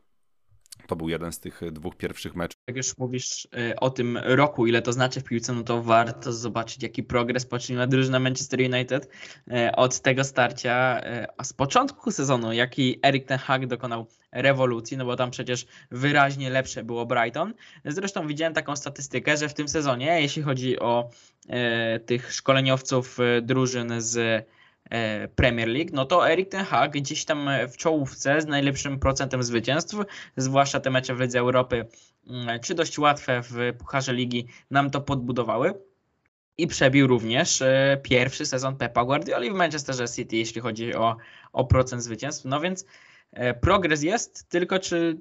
To był jeden z tych dwóch pierwszych meczów. Jak już mówisz o tym roku, ile to znaczy w piłce, no to warto zobaczyć, jaki progres poczyniła drużyna Manchester United od tego starcia, a z początku sezonu, jaki Erik ten Hag dokonał rewolucji, no bo tam przecież wyraźnie lepsze było Brighton. Zresztą widziałem taką statystykę, że w tym sezonie, jeśli chodzi o e, tych szkoleniowców drużyn z Premier League, no to Erik ten Hag gdzieś tam w czołówce z najlepszym procentem zwycięstw, zwłaszcza te mecze w Lidze Europy, czy dość łatwe w Pucharze Ligi nam to podbudowały. I przebił również pierwszy sezon Pepa Guardioli w Manchesterze City, jeśli chodzi o, o procent zwycięstw. No więc progres jest, tylko czy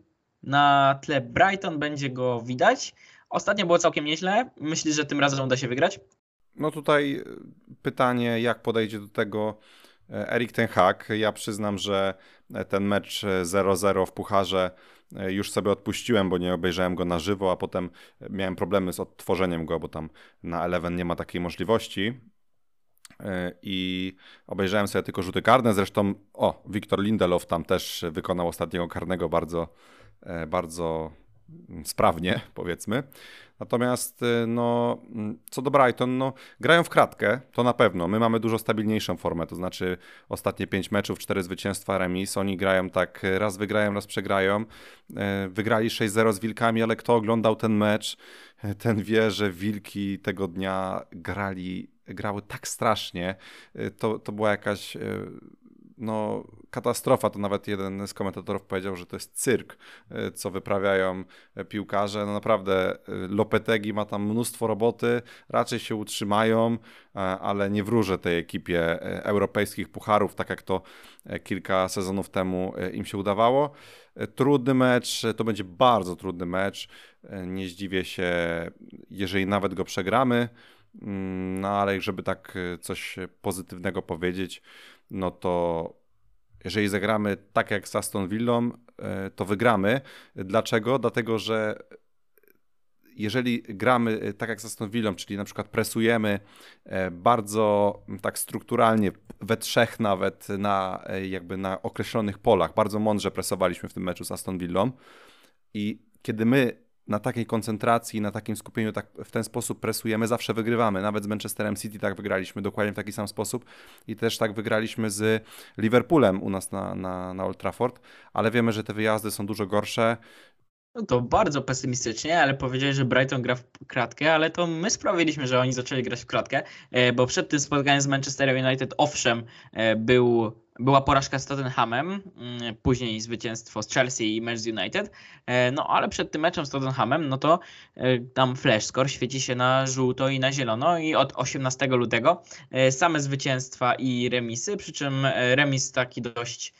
na tle Brighton będzie go widać? Ostatnio było całkiem nieźle. Myślisz, że tym razem uda się wygrać? No tutaj pytanie, jak podejdzie do tego Erik ten Hag. Ja przyznam, że ten mecz zero zero w Pucharze już sobie odpuściłem, bo nie obejrzałem go na żywo, a potem miałem problemy z odtworzeniem go, bo tam na Eleven nie ma takiej możliwości. I obejrzałem sobie tylko rzuty karne. Zresztą, o, Victor Lindelof tam też wykonał ostatniego karnego bardzo, bardzo sprawnie, powiedzmy. Natomiast no, co do Brighton, no, grają w kratkę, to na pewno. My mamy dużo stabilniejszą formę, to znaczy ostatnie pięć meczów, cztery zwycięstwa, remis. Oni grają tak, raz wygrają, raz przegrają. Wygrali sześć zero z Wilkami, ale kto oglądał ten mecz, ten wie, że Wilki tego dnia grali, grały tak strasznie. To, to była jakaś no, katastrofa. To nawet jeden z komentatorów powiedział, że to jest cyrk, co wyprawiają piłkarze. No naprawdę Lopetegi ma tam mnóstwo roboty, raczej się utrzymają, ale nie wróżę tej ekipie europejskich pucharów, tak jak to kilka sezonów temu im się udawało. Trudny mecz, to będzie bardzo trudny mecz. Nie zdziwię się, jeżeli nawet go przegramy. No ale żeby tak coś pozytywnego powiedzieć, no to jeżeli zagramy tak jak z Aston Villą, to wygramy. Dlaczego? Dlatego, że jeżeli gramy tak jak z Aston Villą, czyli na przykład presujemy bardzo tak strukturalnie, we trzech nawet na, jakby na określonych polach, bardzo mądrze presowaliśmy w tym meczu z Aston Villą i kiedy my na takiej koncentracji, na takim skupieniu tak w ten sposób presujemy, zawsze wygrywamy. Nawet z Manchesterem City tak wygraliśmy dokładnie w taki sam sposób i też tak wygraliśmy z Liverpoolem u nas na, na, na Old Trafford, ale wiemy, że te wyjazdy są dużo gorsze. No to bardzo pesymistycznie, ale powiedziałeś, że Brighton gra w kratkę, ale to my sprawiliśmy, że oni zaczęli grać w kratkę, bo przed tym spotkaniem z Manchesterem United owszem był, była porażka z Tottenhamem, później zwycięstwo z Chelsea i mecz z United, no ale przed tym meczem z Tottenhamem, no to tam flash score świeci się na żółto i na zielono i od osiemnastego lutego same zwycięstwa i remisy, przy czym remis taki dość,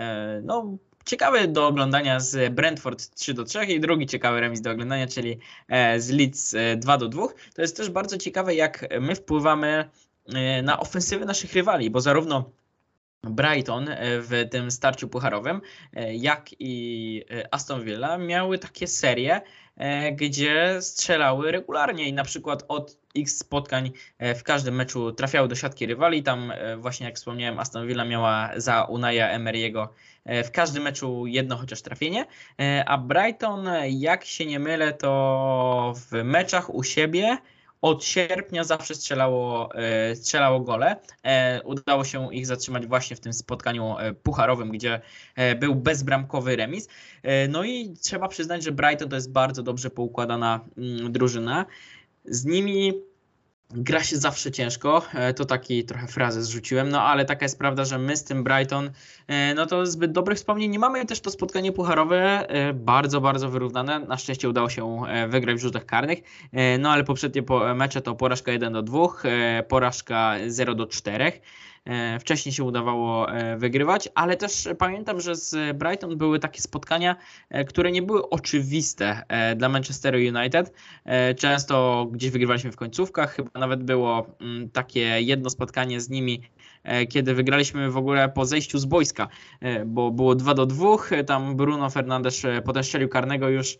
no ciekawy do oglądania z Brentford trzy do trzech i drugi ciekawy remis do oglądania, czyli z Leeds dwa do dwóch. To jest też bardzo ciekawe, jak my wpływamy na ofensywy naszych rywali, bo zarówno Brighton w tym starciu pucharowym, jak i Aston Villa miały takie serie, gdzie strzelały regularnie i na przykład od X spotkań w każdym meczu trafiały do siatki rywali. Tam właśnie jak wspomniałem, Aston Villa miała za Unaia Emery'ego w każdym meczu jedno chociaż trafienie, a Brighton, jak się nie mylę, to w meczach u siebie od sierpnia zawsze strzelało, strzelało gole. Udało się ich zatrzymać właśnie w tym spotkaniu pucharowym, gdzie był bezbramkowy remis. No i trzeba przyznać, że Brighton to jest bardzo dobrze poukładana drużyna. Z nimi gra się zawsze ciężko, to taki trochę frazę zrzuciłem, no ale taka jest prawda, że my z tym Brighton, no to zbyt dobrych wspomnień nie mamy. Też to spotkanie pucharowe bardzo, bardzo wyrównane. Na szczęście udało się wygrać w rzutach karnych, no ale poprzednie mecze to porażka jeden do dwóch, porażka zero do czterech. Wcześniej się udawało wygrywać, ale też pamiętam, że z Brighton były takie spotkania, które nie były oczywiste dla Manchesteru United. Często gdzieś wygrywaliśmy w końcówkach, chyba nawet było takie jedno spotkanie z nimi, kiedy wygraliśmy w ogóle po zejściu z boiska, bo było dwa do dwóch, tam Bruno Fernandes potem strzelił karnego już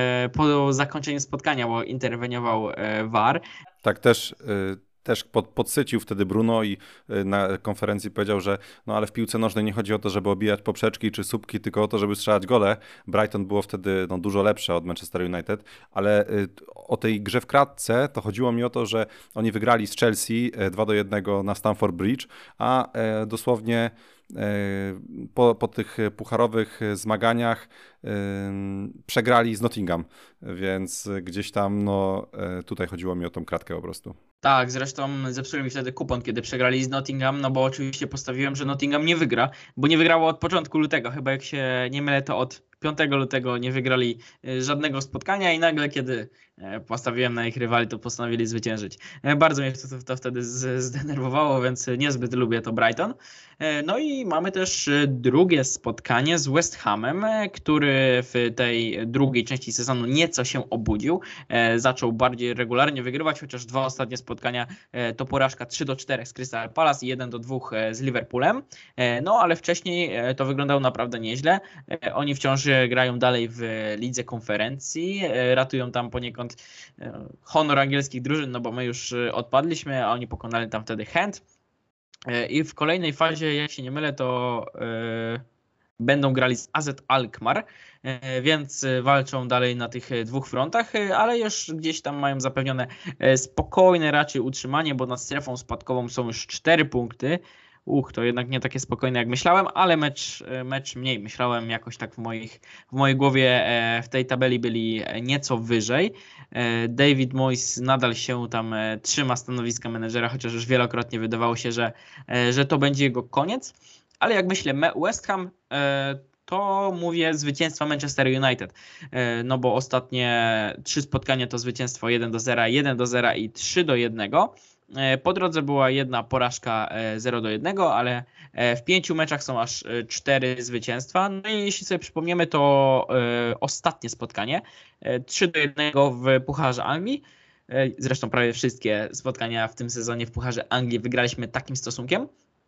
po zakończeniu spotkania, bo interweniował V A R. Tak też... Y- Też pod, podsycił wtedy Bruno i na konferencji powiedział, że no ale w piłce nożnej nie chodzi o to, żeby obijać poprzeczki czy słupki, tylko o to, żeby strzelać gole. Brighton było wtedy no, dużo lepsze od Manchester United, ale o tej grze w kratce to chodziło mi o to, że oni wygrali z Chelsea dwa do jednego na Stamford Bridge, a dosłownie po, po tych pucharowych zmaganiach yy, przegrali z Nottingham, więc gdzieś tam no, tutaj chodziło mi o tą kratkę po prostu. Tak, zresztą zepsuli mi wtedy kupon, kiedy przegrali z Nottingham, no bo oczywiście postawiłem, że Nottingham nie wygra, bo nie wygrało od początku lutego, chyba jak się nie mylę, to od piątego lutego nie wygrali żadnego spotkania i nagle, kiedy postawiłem na ich rywali, to postanowili zwyciężyć. Bardzo mnie to, to, to wtedy zdenerwowało, więc niezbyt lubię to Brighton. No i mamy też drugie spotkanie z West Hamem, który w tej drugiej części sezonu nieco się obudził. Zaczął bardziej regularnie wygrywać, chociaż dwa ostatnie spotkania to porażka trzy do czterech z Crystal Palace i jeden do dwóch z Liverpoolem. No ale wcześniej to wyglądało naprawdę nieźle. Oni wciąż grają dalej w lidze konferencji, ratują tam poniekąd honor angielskich drużyn, no bo my już odpadliśmy, a oni pokonali tam wtedy Hand. I w kolejnej fazie, jak się nie mylę, to będą grali z A Z Alkmaar, więc walczą dalej na tych dwóch frontach, ale już gdzieś tam mają zapewnione spokojne raczej utrzymanie, bo nad strefą spadkową są już cztery punkty. Uch, to jednak nie takie spokojne jak myślałem, ale mecz, mecz mniej. Myślałem jakoś tak w, moich, w mojej głowie w tej tabeli byli nieco wyżej. David Moyes nadal się tam trzyma stanowiska menedżera, chociaż już wielokrotnie wydawało się, że, że to będzie jego koniec. Ale jak myślę West Ham, to mówię zwycięstwa Manchester United. No bo ostatnie trzy spotkania to zwycięstwo jeden do zera, jeden do zera i trzy do jednego. Po drodze była jedna porażka zero do jednego, ale w pięciu meczach są aż cztery zwycięstwa. No i jeśli sobie przypomniemy, to ostatnie spotkanie trzy do jednego w Pucharze Anglii. Zresztą prawie wszystkie spotkania w tym sezonie w Pucharze Anglii wygraliśmy takim stosunkiem.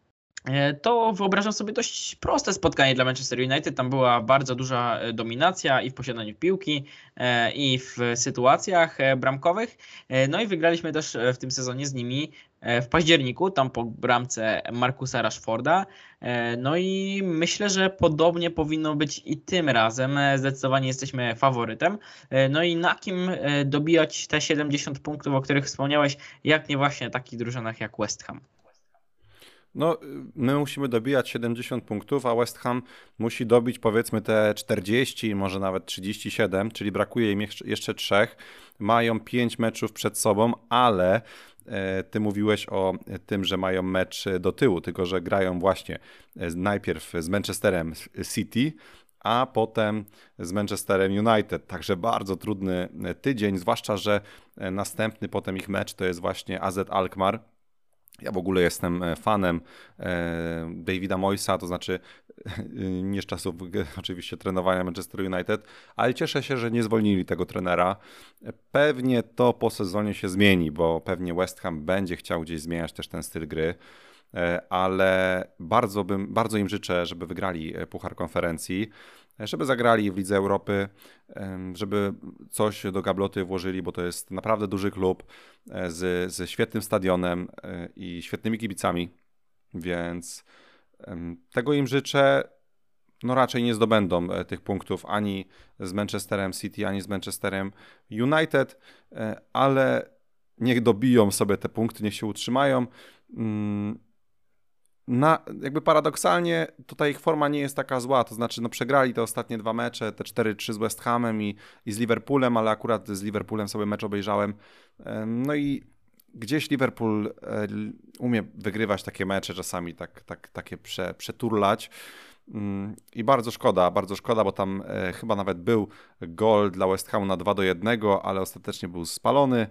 To wyobrażam sobie dość proste spotkanie dla Manchester United. Tam była bardzo duża dominacja i w posiadaniu piłki, i w sytuacjach bramkowych. No i wygraliśmy też w tym sezonie z nimi w październiku, tam po bramce Marcusa Rashforda. No i myślę, że podobnie powinno być i tym razem. Zdecydowanie jesteśmy faworytem. No i na kim dobijać te siedemdziesiąt punktów, o których wspomniałeś, jak nie właśnie takich drużynach jak West Ham? No, my musimy dobijać siedemdziesiąt punktów, a West Ham musi dobić powiedzmy te czterdzieści, może nawet trzydzieści siedem, czyli brakuje im jeszcze trzech. Mają pięć meczów przed sobą, ale ty mówiłeś o tym, że mają mecz do tyłu, tylko że grają właśnie najpierw z Manchesterem City, a potem z Manchesterem United. Także bardzo trudny tydzień, zwłaszcza że następny potem ich mecz to jest właśnie A Z Alkmaar. Ja w ogóle jestem fanem Davida Moyesa, to znaczy nie z czasów oczywiście trenowania Manchester United, ale cieszę się, że nie zwolnili tego trenera. Pewnie to po sezonie się zmieni, bo pewnie West Ham będzie chciał gdzieś zmieniać też ten styl gry, ale bardzo, bym, bardzo im życzę, żeby wygrali Puchar Konferencji, żeby zagrali w Lidze Europy, żeby coś do gabloty włożyli, bo to jest naprawdę duży klub z, ze świetnym stadionem i świetnymi kibicami, więc tego im życzę. No raczej nie zdobędą tych punktów ani z Manchesterem City, ani z Manchesterem United, ale niech dobiją sobie te punkty, niech się utrzymają. Na, jakby paradoksalnie tutaj ich forma nie jest taka zła, to znaczy no przegrali te ostatnie dwa mecze, te cztery trzy z West Hamem i, i z Liverpoolem, ale akurat z Liverpoolem sobie mecz obejrzałem. No i gdzieś Liverpool umie wygrywać takie mecze czasami, tak, tak, takie prze, przeturlać. I bardzo szkoda, bardzo szkoda, bo tam chyba nawet był gol dla West Hamu na dwa do jednego, ale ostatecznie był spalony.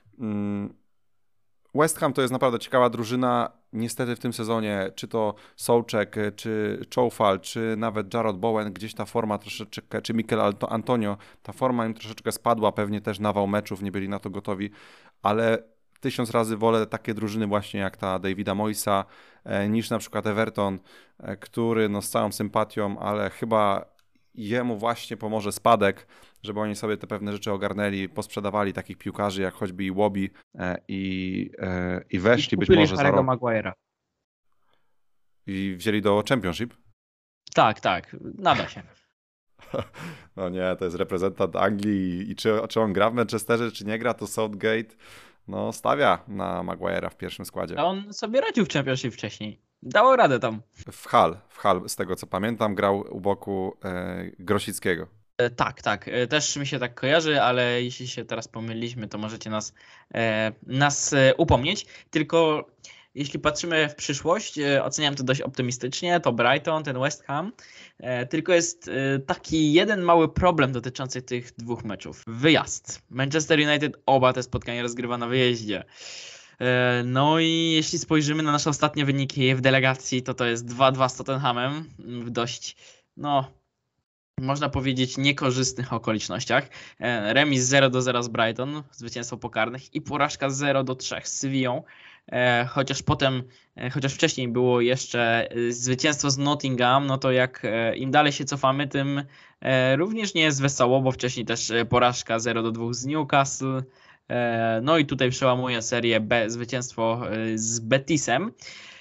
West Ham to jest naprawdę ciekawa drużyna. Niestety w tym sezonie, czy to Souček, czy Coufal, czy nawet Jarrod Bowen, gdzieś ta forma troszeczkę, czy Mikel Antonio, ta forma im troszeczkę spadła, pewnie też nawał meczów, nie byli na to gotowi, ale tysiąc razy wolę takie drużyny właśnie jak ta Davida Moyesa, niż na przykład Everton, który no z całą sympatią, ale chyba jemu właśnie pomoże spadek, żeby oni sobie te pewne rzeczy ogarnęli, posprzedawali takich piłkarzy jak choćby Iwobi i, i weszli I być może za rok. Maguire'a. I wzięli do Championship? Tak, tak, nada się. No nie, to jest reprezentant Anglii i, i czy, czy on gra w Manchesterze, czy nie gra, to Southgate no stawia na Maguire'a w pierwszym składzie. A on sobie radził w Championship wcześniej. Dało radę tam. W Hull, w Hull, z tego co pamiętam, grał u boku e, Grosickiego. E, tak, tak. E, też mi się tak kojarzy, ale jeśli się teraz pomyliliśmy, to możecie nas, e, nas e, upomnieć. Tylko jeśli patrzymy w przyszłość, e, oceniam to dość optymistycznie, to Brighton, ten West Ham. E, tylko jest e, taki jeden mały problem dotyczący tych dwóch meczów. Wyjazd. Manchester United oba te spotkania rozgrywa na wyjeździe. No i jeśli spojrzymy na nasze ostatnie wyniki w delegacji, to to jest dwa dwa z Tottenhamem w dość, no, można powiedzieć, niekorzystnych okolicznościach. Remis zero do zera z Brighton, zwycięstwo pokarnych i porażka zero do trzech z Sevillą. Chociaż potem, chociaż wcześniej było jeszcze zwycięstwo z Nottingham, no to jak im dalej się cofamy, tym również nie jest wesoło, bo wcześniej też porażka zero do dwóch z Newcastle. No i tutaj przełamuje serię B, zwycięstwo z Betisem.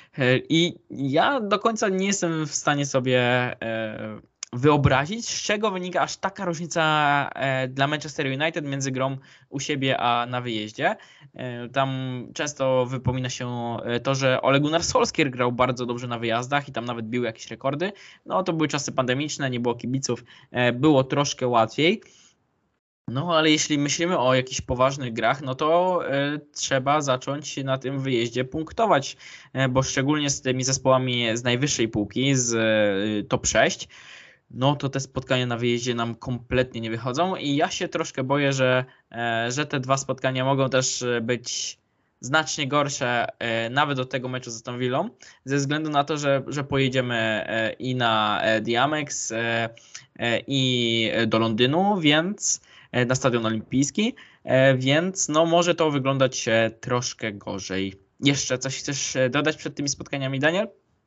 I ja do końca nie jestem w stanie sobie wyobrazić, z czego wynika aż taka różnica dla Manchester United między grą u siebie a na wyjeździe. Tam często wypomina się to, że Ole Gunnar Solskjaer grał bardzo dobrze na wyjazdach i tam nawet bił jakieś rekordy. No to były czasy pandemiczne, nie było kibiców, było troszkę łatwiej. No ale jeśli myślimy o jakichś poważnych grach, no to y, trzeba zacząć na tym wyjeździe punktować, y, bo szczególnie z tymi zespołami z najwyższej półki, z y, top sześć, no to te spotkania na wyjeździe nam kompletnie nie wychodzą i ja się troszkę boję, że, y, że te dwa spotkania mogą też być znacznie gorsze y, nawet od tego meczu z Aston Villą, ze względu na to, że, że pojedziemy y, i na y, The Amex y, y, i do Londynu, więc na Stadion Olimpijski, więc no może to wyglądać troszkę gorzej. Jeszcze coś chcesz dodać przed tymi spotkaniami, Daniel?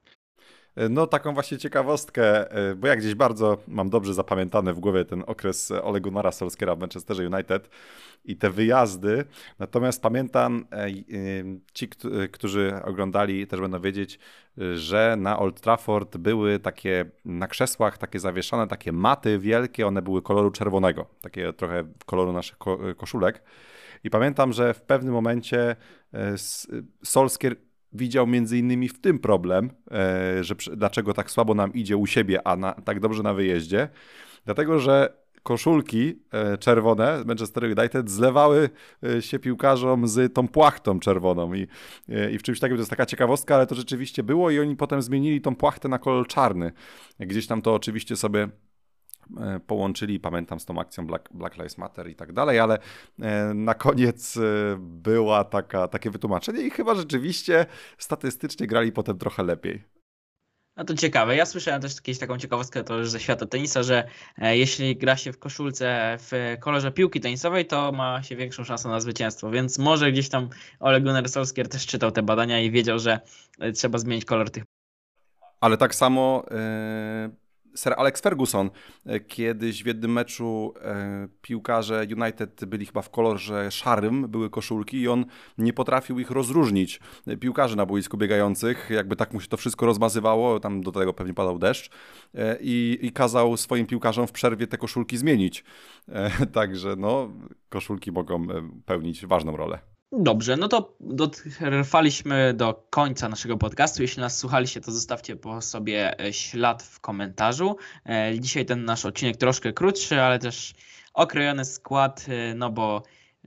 No taką właśnie ciekawostkę, bo ja gdzieś bardzo mam dobrze zapamiętany w głowie ten okres Ole Gunnara Solskjaera w Manchesterze United i te wyjazdy. Natomiast pamiętam, ci, którzy oglądali, też będą wiedzieć, że na Old Trafford były takie na krzesłach takie zawieszane, takie maty wielkie, one były koloru czerwonego, takie trochę koloru naszych koszulek. I pamiętam, że w pewnym momencie Solskjaer widział między innymi w tym problem, że dlaczego tak słabo nam idzie u siebie, a na, tak dobrze na wyjeździe. Dlatego, że koszulki czerwone z Manchester United zlewały się piłkarzom z tą płachtą czerwoną i, i w czymś takim to jest taka ciekawostka, ale to rzeczywiście było i oni potem zmienili tą płachtę na kolor czarny. Gdzieś tam to oczywiście sobie połączyli, pamiętam, z tą akcją Black, Black Lives Matter i tak dalej, ale na koniec była taka, takie wytłumaczenie i chyba rzeczywiście statystycznie grali potem trochę lepiej. No to ciekawe. Ja słyszałem też kiedyś taką ciekawostkę to już ze świata tenisa, że jeśli gra się w koszulce w kolorze piłki tenisowej, to ma się większą szansę na zwycięstwo, więc może gdzieś tam Ole Gunnar Solskjaer też czytał te badania i wiedział, że trzeba zmienić kolor tych. Ale tak samo yy... Sir Alex Ferguson, kiedyś w jednym meczu e, piłkarze United byli chyba w kolorze szarym, były koszulki i on nie potrafił ich rozróżnić. Piłkarzy na boisku biegających, jakby tak mu się to wszystko rozmazywało, tam do tego pewnie padał deszcz e, i, i kazał swoim piłkarzom w przerwie te koszulki zmienić. E, także no, koszulki mogą pełnić ważną rolę. Dobrze, no to dotrwaliśmy do końca naszego podcastu. Jeśli nas słuchaliście, to zostawcie po sobie ślad w komentarzu. Dzisiaj ten nasz odcinek troszkę krótszy, ale też okrojony skład, no bo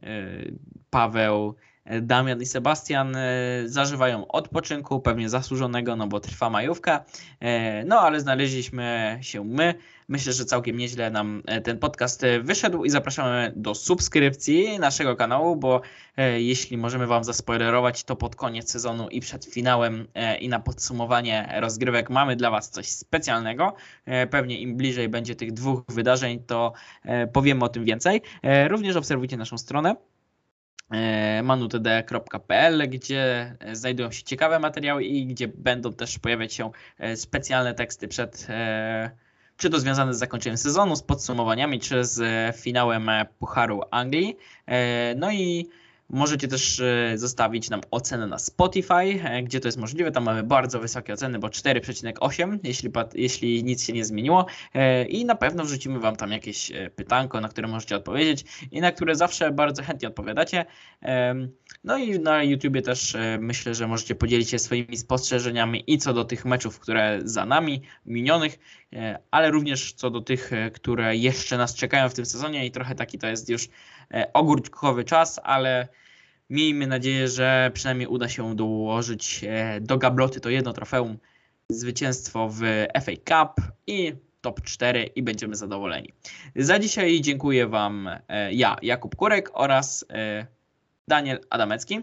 Paweł, Damian i Sebastian zażywają odpoczynku, pewnie zasłużonego, no bo trwa majówka. No ale znaleźliśmy się my. Myślę, że całkiem nieźle nam ten podcast wyszedł i zapraszamy do subskrypcji naszego kanału, bo jeśli możemy Wam zaspoilerować, to pod koniec sezonu i przed finałem i na podsumowanie rozgrywek mamy dla Was coś specjalnego. Pewnie im bliżej będzie tych dwóch wydarzeń, to powiemy o tym więcej. Również obserwujcie naszą stronę manutd kropka p l, gdzie znajdują się ciekawe materiały i gdzie będą też pojawiać się specjalne teksty przed, czy to związane z zakończeniem sezonu, z podsumowaniami, czy z finałem Pucharu Anglii. No i możecie też zostawić nam ocenę na Spotify, gdzie to jest możliwe. Tam mamy bardzo wysokie oceny, bo cztery przecinek osiem, jeśli, jeśli nic się nie zmieniło. I na pewno wrzucimy Wam tam jakieś pytanko, na które możecie odpowiedzieć i na które zawsze bardzo chętnie odpowiadacie. No i na YouTubie też myślę, że możecie podzielić się swoimi spostrzeżeniami i co do tych meczów, które za nami, minionych, ale również co do tych, które jeszcze nas czekają w tym sezonie i trochę taki to jest już ogórkowy czas, ale miejmy nadzieję, że przynajmniej uda się dołożyć do gabloty to jedno trofeum, zwycięstwo w F A Cup i top cztery i będziemy zadowoleni. Za dzisiaj dziękuję Wam ja, Jakub Kurek oraz Daniel Adamecki.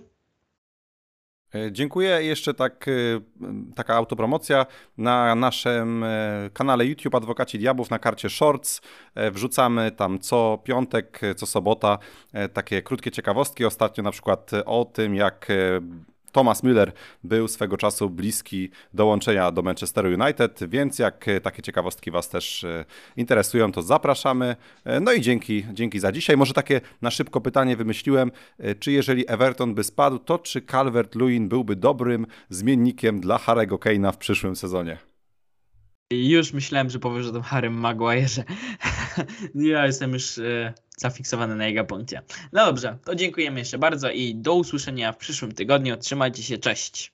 Dziękuję. Jeszcze tak, taka autopromocja na naszym kanale YouTube Adwokaci Diabłów na karcie Shorts. Wrzucamy tam co piątek, co sobota takie krótkie ciekawostki. Ostatnio na przykład o tym, jak Thomas Müller był swego czasu bliski dołączenia do Manchesteru United, więc jak takie ciekawostki Was też interesują, to zapraszamy. No i dzięki, dzięki za dzisiaj. Może takie na szybko pytanie wymyśliłem, czy jeżeli Everton by spadł, to czy Calvert-Lewin byłby dobrym zmiennikiem dla Harry'ego Kane'a w przyszłym sezonie? Już myślałem, że powiesz o tym Harrym Maguire'ze. Ja jestem już e, zafiksowany na jego punkcie. No dobrze, to dziękujemy jeszcze bardzo i do usłyszenia w przyszłym tygodniu. Trzymajcie się, cześć!